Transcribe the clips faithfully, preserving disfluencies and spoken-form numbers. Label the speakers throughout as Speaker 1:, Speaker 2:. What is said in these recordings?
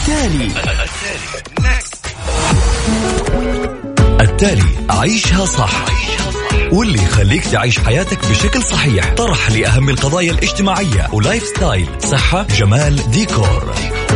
Speaker 1: التالي التالي عيشها صح، واللي يخليك تعيش حياتك بشكل صحيح. طرح لأهم القضايا الاجتماعية ولايف ستايل، صحة، جمال، ديكور.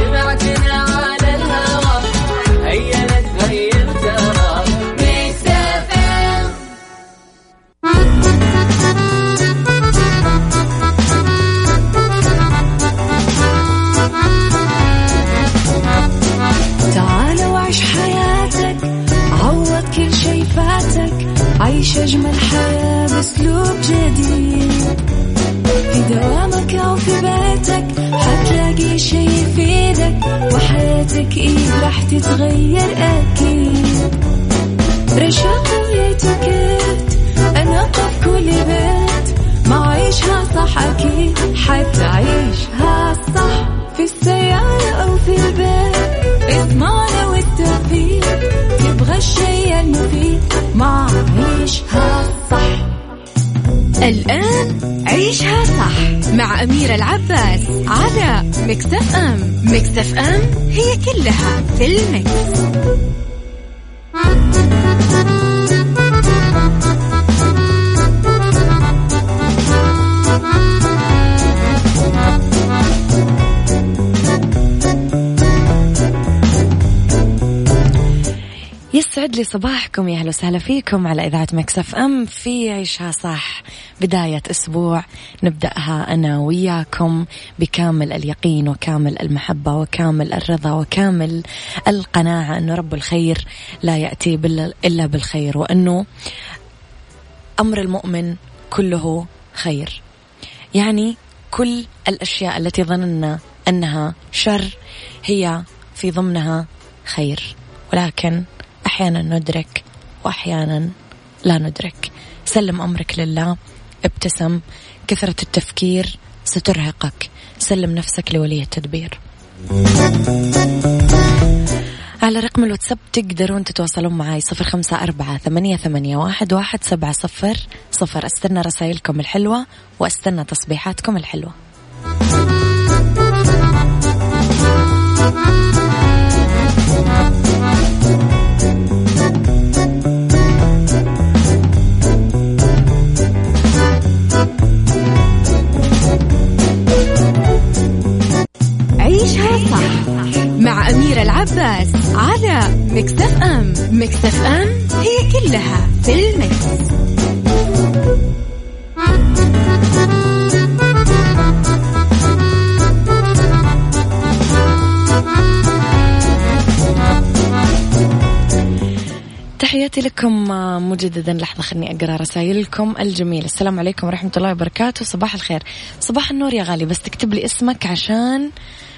Speaker 2: عيش أجمل حياة بأسلوب جديد، في دوامك أو في بيتك حتلاقي شي يفيدك، وحياتك إيه راح تتغير أكيد. رشاق ويتوكيت أنا قف كل بيت، ما عيشها صح أكيد حتعيشها صح، في السيارة أو في البيت اسمعنا والتوفيق، تبغى الشي المفيد ما عيشها صح.
Speaker 3: الآن عيشها صح مع أميرة العباس على ميكس اف ام. ميكس اف ام هي كلها في الميكس.
Speaker 4: يسعد لي صباحكم، يا أهلا وسهلا فيكم على إذاعة ميكس اف ام في عيشها صح. بداية أسبوع نبدأها أنا وياكم بكامل اليقين وكامل المحبة وكامل الرضا وكامل القناعة أنه رب الخير لا يأتي إلا بالخير، وأنه أمر المؤمن كله خير. يعني كل الأشياء التي ظننا أنها شر هي في ضمنها خير، ولكن أحيانا ندرك وأحيانا لا ندرك. سلم أمرك لله، ابتسم، كثرة التفكير سترهقك، سلم نفسك لولي التدبير. على رقم الواتساب تقدرون تتواصلون معي صفر خمسة أربعة ثمانية ثمانية واحد واحد سبعة صفر صفر. استنى رسائلكم الحلوة واستنى تصبيحاتكم الحلوة.
Speaker 3: عيشها صح مع أميرة العباس على ميكس اف ام. ميكس اف ام هي كلها في الميكس.
Speaker 4: تحياتي لكم مجددا. لحظة خلني أقرأ رسائلكم الجميلة. السلام عليكم ورحمة الله وبركاته. صباح الخير، صباح النور يا غالي، بس تكتب لي اسمك عشان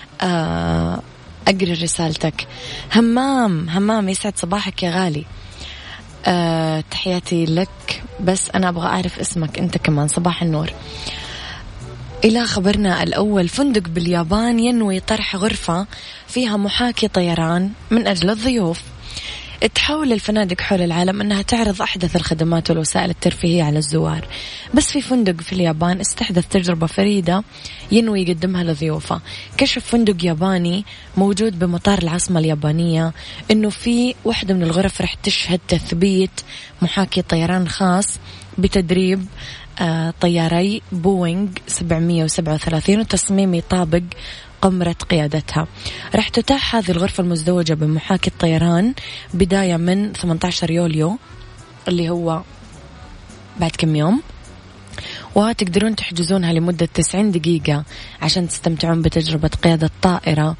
Speaker 4: أقرأ رسالتك. همام همام يسعد صباحك يا غالي. أه تحياتي لك، بس أنا أبغى أعرف اسمك أنت كمان. صباح النور. إلى خبرنا الأول، فندق باليابان ينوي طرح غرفة فيها محاكي طيران من أجل الضيوف. تحاول الفنادق حول العالم أنها تعرض أحدث الخدمات والوسائل الترفيهية على الزوار، بس في فندق في اليابان استحدث تجربة فريدة ينوي يقدمها لضيوفه. كشف فندق ياباني موجود بمطار العاصمة اليابانية أنه في واحدة من الغرف رح تشهد تثبيت محاكي طيران خاص بتدريب طياري بوينغ سبعمية وسبعة وثلاثين وتصميم يطابق قمرة قيادتها. راح تتاح هذه الغرفة المزدوجة بمحاكي الطيران بداية من ثمانية عشر يوليو اللي هو بعد كم يوم، وتقدرون تحجزونها لمدة تسعين دقيقة عشان تستمتعون بتجربة قيادة طائرة،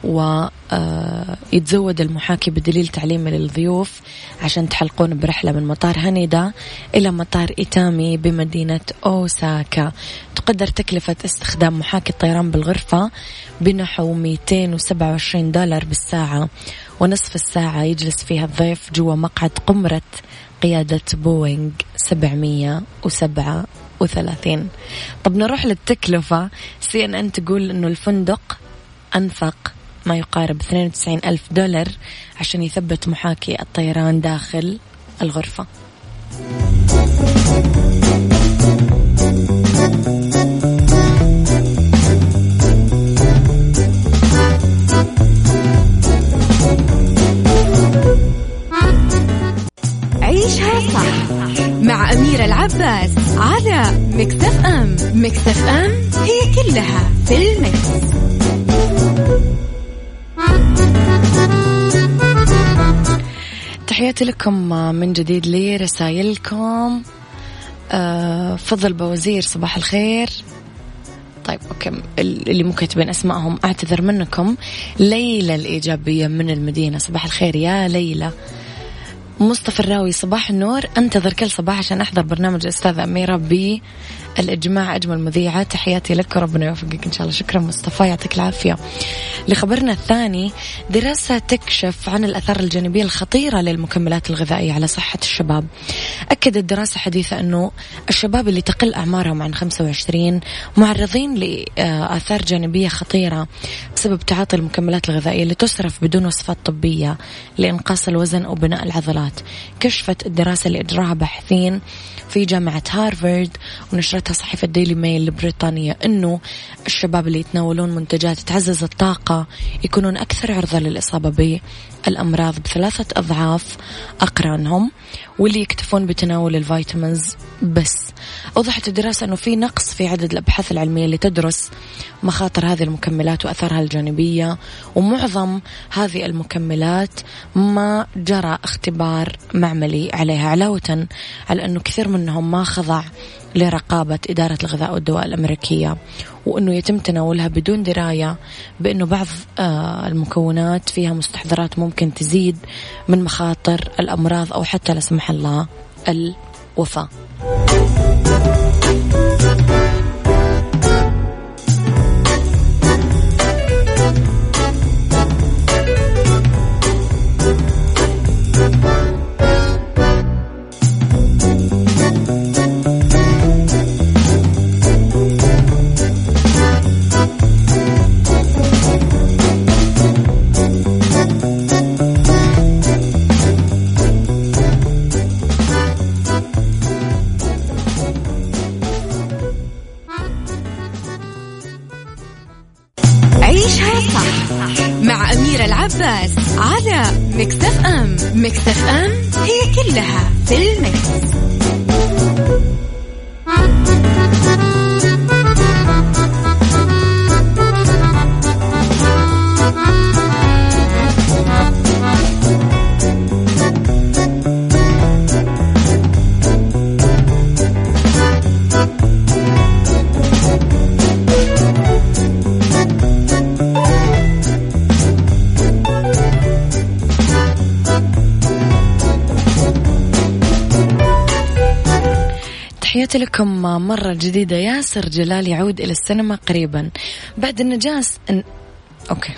Speaker 4: ويتزود المحاكي بدليل تعليمي للضيوف عشان تحلقون برحلة من مطار هانيدا إلى مطار إيتامي بمدينة أوساكا. تقدر تكلفة استخدام محاكي الطيران بالغرفة بنحو مئتين وسبعة وعشرين دولار بالساعة، ونصف الساعة يجلس فيها الضيف جوا مقعد قمرة قيادة بوينغ سبعمية وسبعة وثلاثين. طب نروح للتكلفة. سي ان ان تقول انه الفندق انفق ما يقارب اثنين وتسعين ألف دولار عشان يثبت محاكي الطيران داخل الغرفة.
Speaker 3: مع أميرة العباس على ميكس اف ام. ميكس اف ام هي كلها في الميكس.
Speaker 4: تحياتي لكم من جديد لرسائلكم. أه فضل بوزير صباح الخير. طيب أوكي، اللي مو كاتبين أسمائهم أعتذر منكم. ليلى الإيجابية من المدينة صباح الخير يا ليلى. مصطفى الراوي صباح النور، أنتظر كل صباح عشان أحضر برنامج الأستاذة أميرة بالإجماع، أجمل مذيعة، تحياتي لك وربنا يوفقك إن شاء الله. شكرا مصطفى، يعطيك العافية. لخبرنا الثاني، دراسة تكشف عن الآثار الجانبية الخطيرة للمكملات الغذائية على صحة الشباب. أكدت دراسة حديثة أنه الشباب اللي تقل أعمارهم عن خمسة وعشرين معرضين لآثار جانبية خطيرة بسبب تعاطي المكملات الغذائية اللي تصرف بدون وصفات طبية لإنقاص الوزن أو بناء العضلات. كشفت الدراسة اللي أجراها باحثين في جامعة هارفارد ونشرتها صحيفة ديلي ميل البريطانية أنه الشباب اللي يتناولون منتجات تعزز الطاقة يكونون أكثر عرضة للإصابة بالأمراض بثلاثة أضعاف أقرانهم، واللي يكتفون بتناول الفيتامينز بس. أوضحت الدراسة أنه في نقص في عدد الأبحاث العلمية اللي تدرس مخاطر هذه المكملات وأثارها الجانبية، ومعظم هذه المكملات ما جرى اختبار معملي عليها، علاوة على أنه كثير منهم ما خضع لرقابة إدارة الغذاء والدواء الأمريكية، وأنه يتم تناولها بدون دراية بأنه بعض المكونات فيها مستحضرات ممكن تزيد من مخاطر الأمراض أو حتى لا سمح الله الوفاة.
Speaker 3: عيشها صح مع أميرة العباس على ميكس اف ام. ميكس اف ام هي كلها في الميكس.
Speaker 4: تحياتي لكم مرة جديدة. ياسر جلال يعود إلى السينما قريبا بعد النجاح إن... أوكي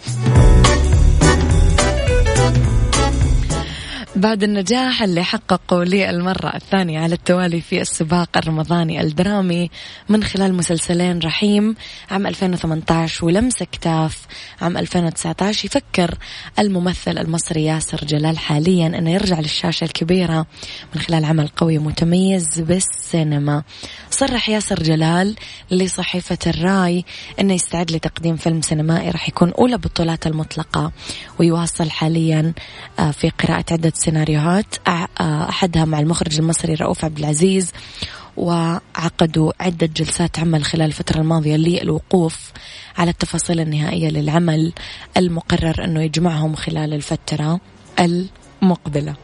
Speaker 4: بعد النجاح اللي حققوا لي المرة الثانية على التوالي في السباق الرمضاني الدرامي من خلال مسلسلين رحيم عام ألفين وثمانية عشر ولمسة كتاف عام ألفين وتسعة عشر، يفكر الممثل المصري ياسر جلال حاليا أنه يرجع للشاشة الكبيرة من خلال عمل قوي متميز بالسينما. صرح ياسر جلال لصحيفة الراي أنه يستعد لتقديم فيلم سينمائي راح يكون أولى بطولات المطلقة، ويواصل حاليا في قراءة عدة سيناريوهات أحدها مع المخرج المصري رؤوف عبد العزيز، وعقدوا عدة جلسات عمل خلال الفترة الماضية للوقوف على التفاصيل النهائية للعمل المقرر أنه يجمعهم خلال الفترة المقبلة.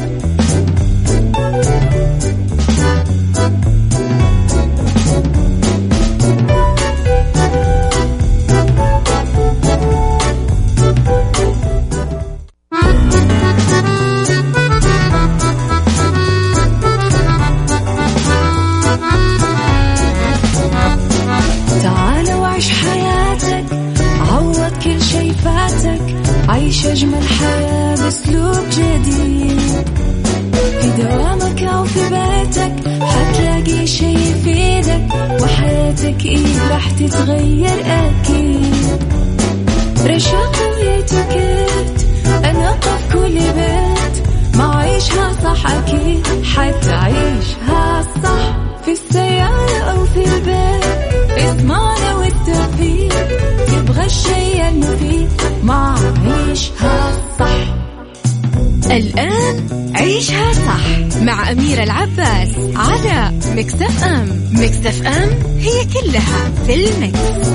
Speaker 2: عيش أجمل حياة بأسلوب جديد، في دوامك أو في بيتك حتلاقي شي يفيدك، وحياتك إيه راح تتغير أكيد. رشاق ويتوكيت أنا قف كل بيت، ما عيشها صح أكيد حتعيشها صح، في السيارة أو في البيت اسمعنا والتوفيق، تبغى الشي المفيد ما عيشها صح.
Speaker 3: الآن عيشها صح مع أميرة العباس على ميكس اف ام. ميكس اف ام هي كلها في الميكس.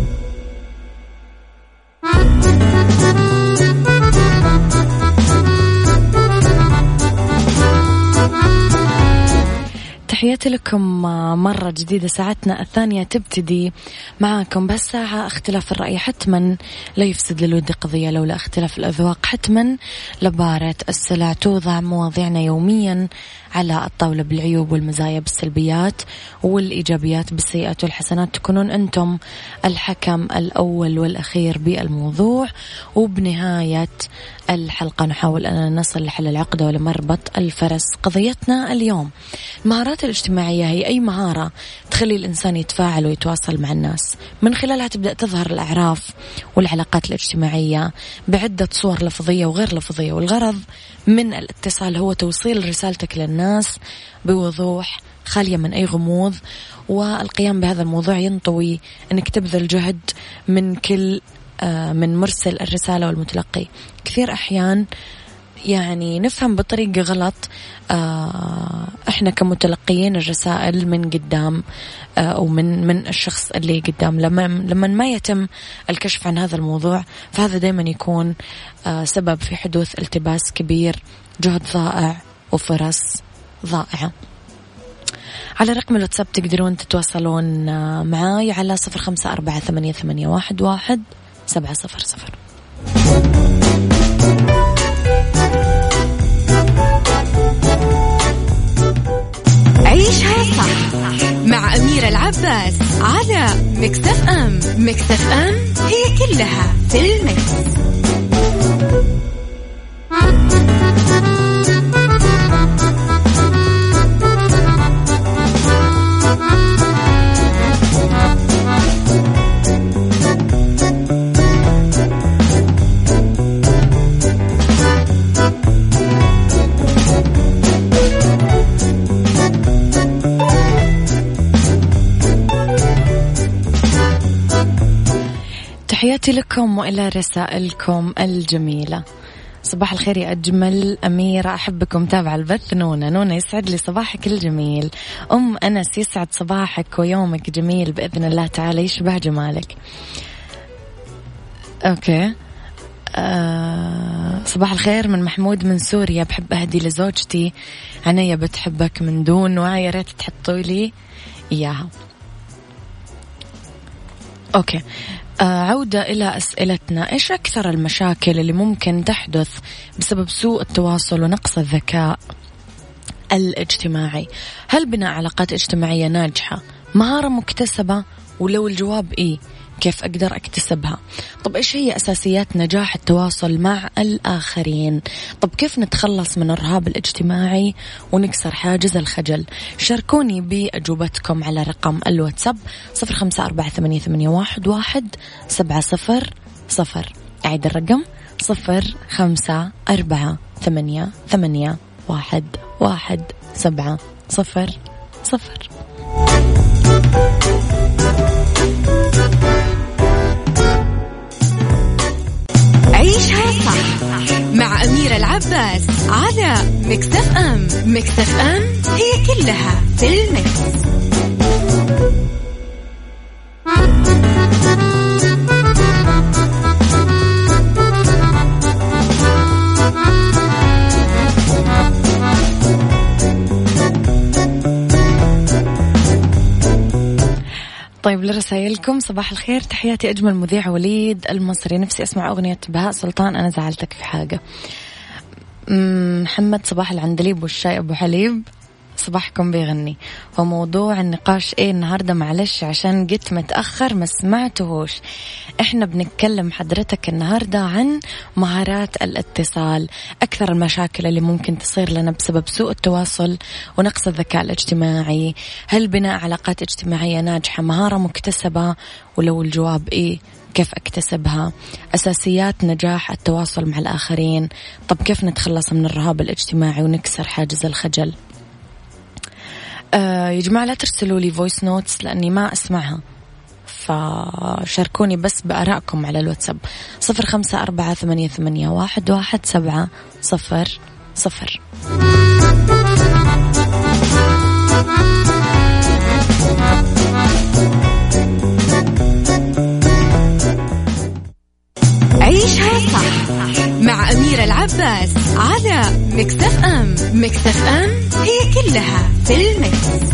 Speaker 4: تحياتي لكم مرة جديدة. ساعتنا الثانية تبتدي معاكم بهالساعة. اختلاف الرأي حتما لا يفسد للود قضية، لولا اختلاف الأذواق حتما لبارة السلع. توضع مواضيعنا يوميا على الطاولة بالعيوب والمزايا، بالسلبيات والإيجابيات، بالسيئات والحسنات. تكونون أنتم الحكم الأول والأخير بالموضوع. وبنهاية الحلقة نحاول أن نصل لحل العقدة ولمربط الفرس. قضيتنا اليوم المهارات الاجتماعية هي أي مهارة تخلي الإنسان يتفاعل ويتواصل مع الناس، من خلالها تبدأ تظهر الأعراف والعلاقات الاجتماعية بعدة صور لفظية وغير لفظية. والغرض من الاتصال هو توصيل رسالتك للناس بوضوح خالية من أي غموض، والقيام بهذا الموضوع ينطوي أنك تبذل جهد من كل من مرسل الرسالة والمتلقي. كثير أحيان يعني نفهم بطريقة غلط احنا كمتلقيين الرسائل من قدام او من من الشخص اللي قدام. لما لما ما يتم الكشف عن هذا الموضوع، فهذا دائما يكون سبب في حدوث التباس كبير، جهد ضائع وفرص ضائعة. على رقم الواتساب تقدرون تتواصلون معاي على صفر خمسة أربعة ثمانية ثمانية واحد واحد سبعة صفر صفر.
Speaker 3: عيشها صح مع أميرة العباس على ميكس اف ام. ميكس اف ام هي كلها في الميكس.
Speaker 4: تحياتي لكم وإلى رسائلكم الجميلة. صباح الخير يا أجمل أميرة، أحبكم تابع البث. نونة نونة يسعد لي صباحك الجميل. أم أنس يسعد صباحك ويومك جميل بإذن الله تعالى يشبه جمالك. أوكي آه صباح الخير من محمود من سوريا. بحب أهدي لزوجتي عناية بتحبك من دون وعي، يا ريت تحطوا لي إياها. أوكي آه عودة إلى أسئلتنا. إيش أكثر المشاكل اللي ممكن تحدث بسبب سوء التواصل ونقص الذكاء الاجتماعي؟ هل بناء علاقات اجتماعية ناجحة مهارة مكتسبة؟ ولو الجواب إيه، كيف أقدر أكتسبها؟ طب إيش هي أساسيات نجاح التواصل مع الآخرين؟ طب كيف نتخلص من الرهاب الاجتماعي ونكسر حاجز الخجل؟ شاركوني بأجوبتكم على رقم الواتساب صفر خمسة أربعة ثمانية ثمانية واحد واحد سبعة صفر صفر. أعيد الرقم صفر خمسة أربعة ثمانية ثمانية واحد واحد سبعة صفر صفر.
Speaker 3: عيشها صح مع أميرة العباس على ميكس اف ام. ميكس اف ام هي كلها في الميكس.
Speaker 4: طيب لرسائلكم صباح الخير. تحياتي أجمل مذيع وليد المصري، نفسي أسمع أغنية بهاء سلطان أنا زعلتك في حاجة. محمد صباح العندليب والشاي أبو حليب، صباحكم بيغني. وموضوع النقاش إيه النهاردة؟ معلش عشان قلت متأخر ما سمعتهوش. إحنا بنتكلم حضرتك النهاردة عن مهارات الاتصال. أكثر المشاكل اللي ممكن تصير لنا بسبب سوء التواصل ونقص الذكاء الاجتماعي. هل بناء علاقات اجتماعية ناجحة مهارة مكتسبة؟ ولو الجواب إيه، كيف أكتسبها؟ أساسيات نجاح التواصل مع الآخرين. طب كيف نتخلص من الرهاب الاجتماعي ونكسر حاجز الخجل؟ آه يا جماعة لا ترسلوا لي فويس نوتس لأني ما أسمعها، فشاركوني بس بآرائكم على الواتساب صفر خمسة أربعة ثمانية ثمانية واحد واحد سبعة صفر صفر.
Speaker 3: عيشها صح مع أميرة العباس على ميكس اف ام. ميكس اف ام هي كلها في الميكس.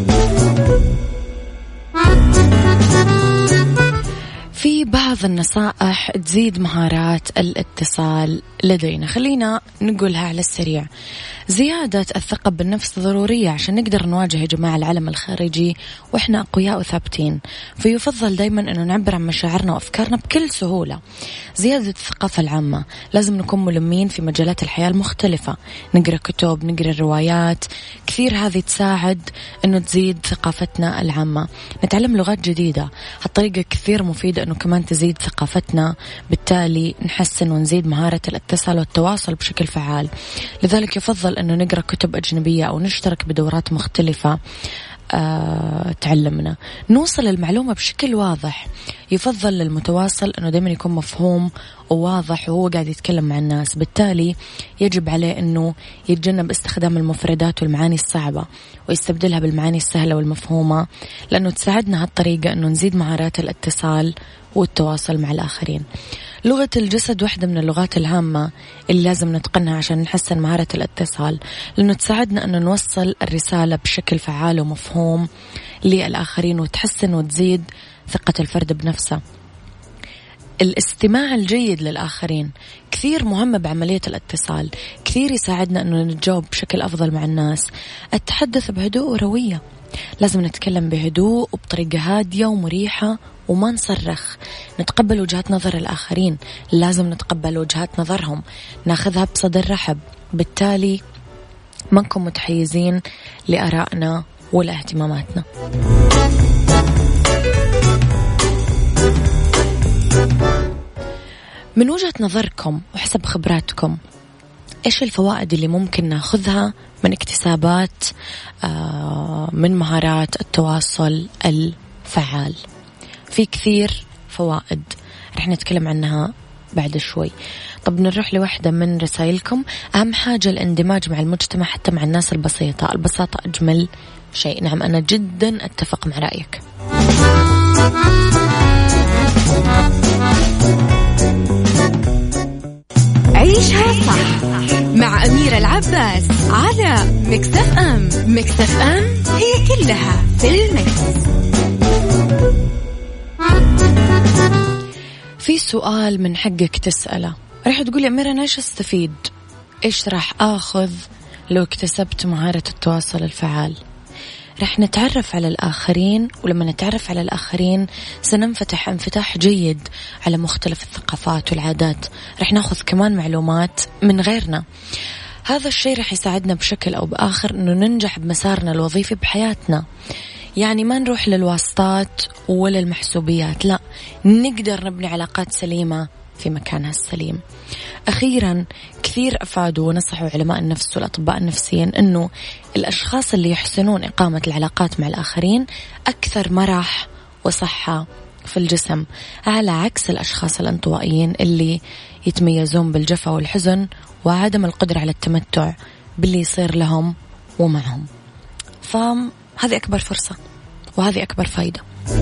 Speaker 4: في بعض النصائح تزيد مهارات الاتصال لدينا، خلينا نقولها على السريع. زيادة الثقة بالنفس ضرورية عشان نقدر نواجه يا جماعة العالم الخارجي وإحنا أقوياء وثابتين، فيفضل دايما أنه نعبر عن مشاعرنا وأفكارنا بكل سهولة. زيادة الثقافة العامة، لازم نكون ملمين في مجالات الحياة المختلفة، نقرأ كتب، نقرأ روايات كثير، هذه تساعد أنه تزيد ثقافتنا العامة. نتعلم لغات جديدة، هالطريقة كثير مفيدة أنه كمان تزيد ثقافتنا، بالتالي نحسن ونزيد مهارة الاتصال والتواصل بشكل فعال. لذلك يفضل أنه نقرأ كتب أجنبية أو نشترك بدورات مختلفة أه تعلمنا. نوصل المعلومة بشكل واضح، يفضل للمتواصل أنه دائما يكون مفهوم وواضح وهو قاعد يتكلم مع الناس، بالتالي يجب عليه أنه يتجنب استخدام المفردات والمعاني الصعبة ويستبدلها بالمعاني السهلة والمفهومة، لأنه تساعدنا هالطريقة أنه نزيد مهارات الاتصال والتواصل مع الآخرين. لغة الجسد واحدة من اللغات الهامة اللي لازم نتقنها عشان نحسن مهارة الاتصال، لأنه تساعدنا أن نوصل الرسالة بشكل فعال ومفهوم للآخرين، وتحسن وتزيد ثقة الفرد بنفسه. الاستماع الجيد للآخرين كثير مهم بعملية الاتصال، كثير يساعدنا أنه نتجاوب بشكل أفضل مع الناس. التحدث بهدوء وروية، لازم نتكلم بهدوء وبطريقة هادية ومريحة وما نصرخ. نتقبل وجهات نظر الآخرين، لازم نتقبل وجهات نظرهم، ناخذها بصدر رحب، بالتالي ما نكون متحيزين لآرائنا ولا اهتماماتنا. من وجهة نظركم وحسب خبراتكم، إيش الفوائد اللي ممكن ناخذها من اكتسابات آه من مهارات التواصل الفعال؟ في كثير فوائد رح نتكلم عنها بعد شوي. طب نروح لوحدة من رسائلكم. أهم حاجة الاندماج مع المجتمع حتى مع الناس البسيطة، البساطة أجمل شيء. نعم، أنا جدا أتفق مع رأيك.
Speaker 3: عيشها صح مع أميرة العباس على ميكس اف ام. ميكس اف ام هي كلها في الميكس.
Speaker 4: في سؤال من حقك تسأله، راح تقولي أميرة أنا إيش أستفيد؟ إيش راح آخذ لو اكتسبت مهارة التواصل الفعال؟ رح نتعرف على الآخرين، ولما نتعرف على الآخرين سننفتح انفتاح جيد على مختلف الثقافات والعادات. رح ناخذ كمان معلومات من غيرنا. هذا الشيء رح يساعدنا بشكل أو بآخر أنه ننجح بمسارنا الوظيفي بحياتنا. يعني ما نروح للواسطات ولا المحسوبيات، لا، نقدر نبني علاقات سليمة في مكانها السليم. أخيرا، كثير أفادوا ونصحوا علماء النفس والأطباء النفسيين أنه الأشخاص اللي يحسنون إقامة العلاقات مع الآخرين أكثر مرح وصحة في الجسم، على عكس الأشخاص الانطوائيين اللي يتميزون بالجفا والحزن وعدم القدرة على التمتع باللي يصير لهم ومعهم. فهذه أكبر فرصة وهذه أكبر فايدة.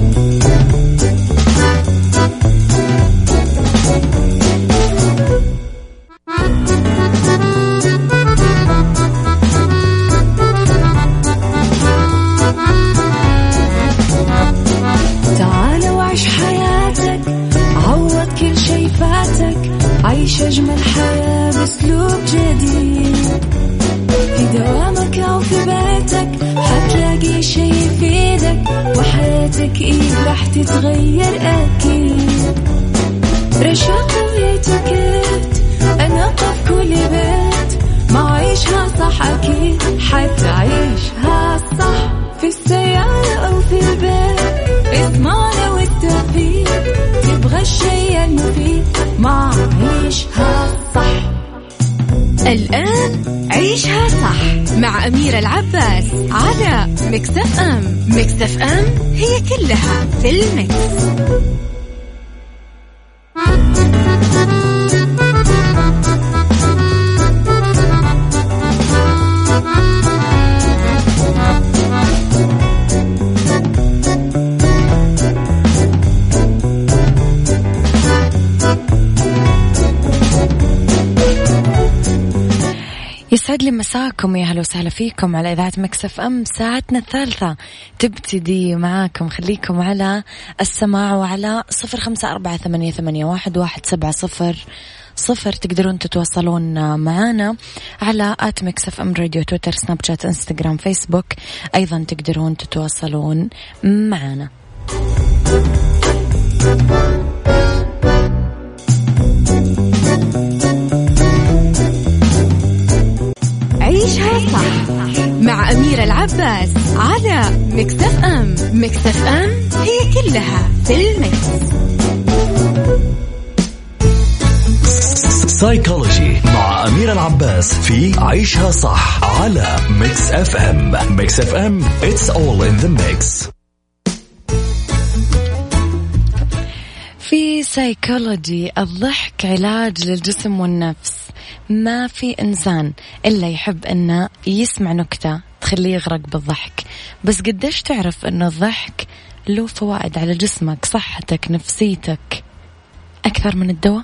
Speaker 2: تعال وعيش حياتك، عوض كل شي فاتك، عيش أجمل حياة بأسلوب جديد. في دوامك أو في بيتك حتلاقي شي يفيدك، وحياتك إيه راح تتغير أكيد. رشاق ويتوكيت أنا قف كل بيت، ما عيشها صح أكيد حتعيشها صح. في السيارة أو في البيت اسمعنا والتوفيق، تبغى الشي المفيد ما عيشها صح.
Speaker 3: الآن عيشها صح مع أميرة العباس على ميكس اف ام. ميكس اف ام هي كلها في الميكس.
Speaker 4: يسعد لي مساكم، يا هلا وسهلا فيكم على إذاعة مكس اف ام. ساعتنا الثالثة تبتدي معاكم، خليكم على السماع وعلى صفر خمسة أربعة ثمانية ثمانية واحد واحد سبعة صفر صفر. تقدرون تتواصلون معنا على آت مكس اف ام راديو، تويتر، سناب شات، انستغرام، فيسبوك. أيضا تقدرون تتواصلون معنا.
Speaker 3: عيشها صح مع أميرة العباس على ميكس اف ام. ميكس اف ام هي كلها في الميكس.
Speaker 1: سايكولوجي مع أميرة العباس في عيشها صح على ميكس اف ام. ميكس اف ام it's all in the mix.
Speaker 4: في سايكولوجي الضحك علاج للجسم والنفس. ما في إنسان إلا يحب أنه يسمع نكتة تخليه يغرق بالضحك، بس قديش تعرف أنه الضحك له فوائد على جسمك، صحتك، نفسيتك أكثر من الدواء؟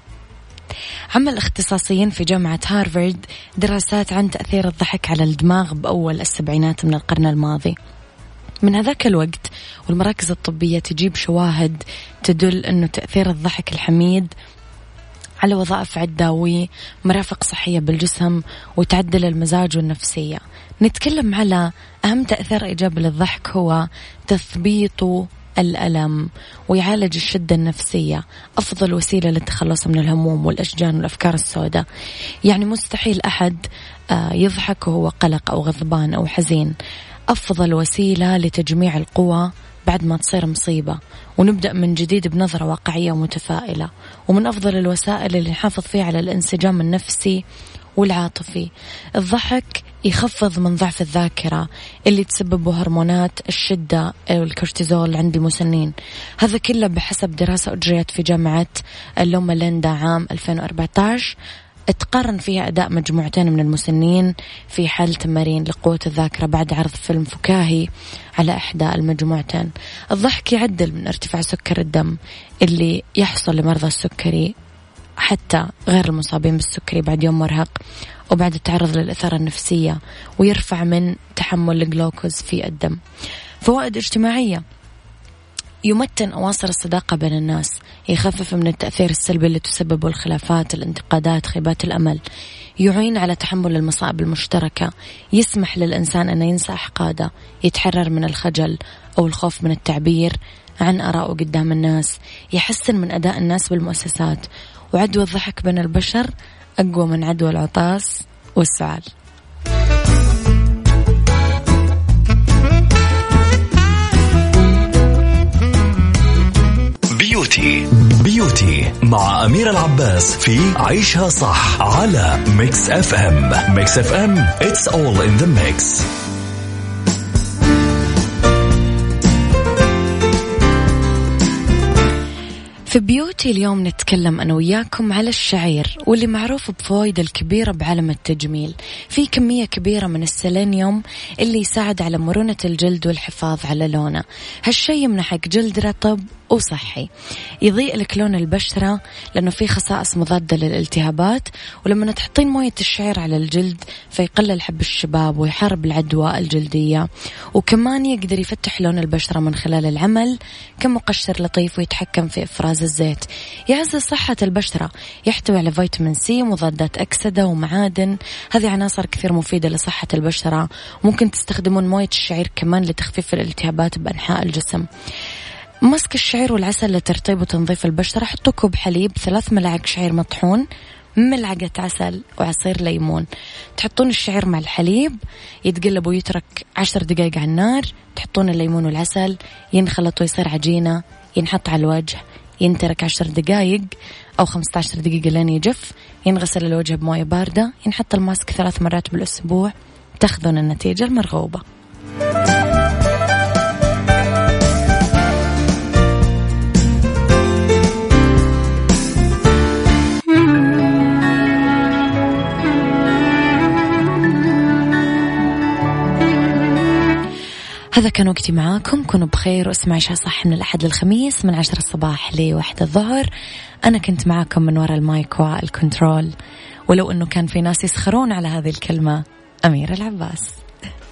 Speaker 4: عمل اختصاصيين في جامعة هارفارد دراسات عن تأثير الضحك على الدماغ بأول السبعينات من القرن الماضي. من هذاك الوقت والمراكز الطبية تجيب شواهد تدل أنه تأثير الضحك الحميد على وظائف عدة ومرافق صحية بالجسم وتعدل المزاج والنفسية. نتكلم على أهم تأثير إيجابي للضحك هو تثبيط الألم ويعالج الشدة النفسية، أفضل وسيلة للتخلص من الهموم والأشجان والأفكار السوداء. يعني مستحيل أحد يضحك وهو قلق أو غضبان أو حزين. أفضل وسيلة لتجميع القوى بعد ما تصير مصيبة ونبدأ من جديد بنظرة واقعية ومتفائلة، ومن أفضل الوسائل اللي نحافظ فيها على الانسجام النفسي والعاطفي. الضحك يخفض من ضعف الذاكرة اللي تسببه هرمونات الشدة والكورتيزول عند المسنين. هذا كله بحسب دراسة أجريت في جامعة لوما ليندا عام ألفين وأربعة عشر، اتقارن فيها أداء مجموعتين من المسنين في حال تمارين لقوة الذاكرة بعد عرض فيلم فكاهي على إحدى المجموعتين. الضحك يعدل من ارتفاع سكر الدم اللي يحصل لمرضى السكري حتى غير المصابين بالسكري بعد يوم مرهق وبعد التعرض للإثارة النفسية، ويرفع من تحمل الجلوكوز في الدم. فوائد اجتماعية: يمتن أواصر الصداقة بين الناس، يخفف من التأثير السلبي اللي تسببه الخلافات، الانتقادات، خيبات الأمل، يعين على تحمل المصائب المشتركة، يسمح للإنسان أن ينسى أحقاده، يتحرر من الخجل أو الخوف من التعبير عن آرائه قدام الناس، يحسن من أداء الناس بالمؤسسات. وعدوى الضحك بين البشر أقوى من عدوى العطاس والسعال.
Speaker 1: بيوتي بيوتي مع أميرة العباس في عيشها صح على ميكس اف ام. ميكس اف ام it's all in the mix.
Speaker 4: في بيوتي اليوم نتكلم أنا وياكم على الشعير، واللي معروف بفوائد الكبيرة بعالم التجميل. في كمية كبيرة من السيلينيوم اللي يساعد على مرونة الجلد والحفاظ على لونه. هالشي يمنحك جلد رطب وصحي، يضيء لك لون البشرة لأنه فيه خصائص مضادة للالتهابات، ولما تحطين موية الشعير على الجلد فيقلل حب الشباب ويحارب العدوى الجلدية. وكمان يقدر يفتح لون البشرة من خلال العمل كمقشر لطيف ويتحكم في إفراز الزيت. يعزز صحة البشرة، يحتوي على فيتامين سي، مضادات أكسدة ومعادن. هذه عناصر كثير مفيدة لصحة البشرة. ممكن تستخدمون موية الشعير كمان لتخفيف الالتهابات بأنحاء الجسم. مسك الشعير والعسل لترطيب وتنظيف البشرة. حطوا كوب حليب، ثلاث ملاعق شعير مطحون، ملعقة عسل وعصير ليمون. تحطون الشعير مع الحليب يتقلب ويترك عشر دقائق على النار. تحطون الليمون والعسل ينخلط ويصير عجينة، ينحط على الوجه، ينترك عشر دقائق أو خمسة عشر دقيقة لين يجف. ينغسل الوجه بموية باردة. ينحط الماسك ثلاث مرات بالأسبوع. تاخذون النتيجة المرغوبة. هذا كان وقتي معاكم، كونوا بخير واسمعوا عيشها صح من الأحد للخميس من عشرة الصباح لواحد الظهر. أنا كنت معاكم من وراء المايك والكنترول، ولو أنه كان في ناس يسخرون على هذه الكلمة، أميرة العباس.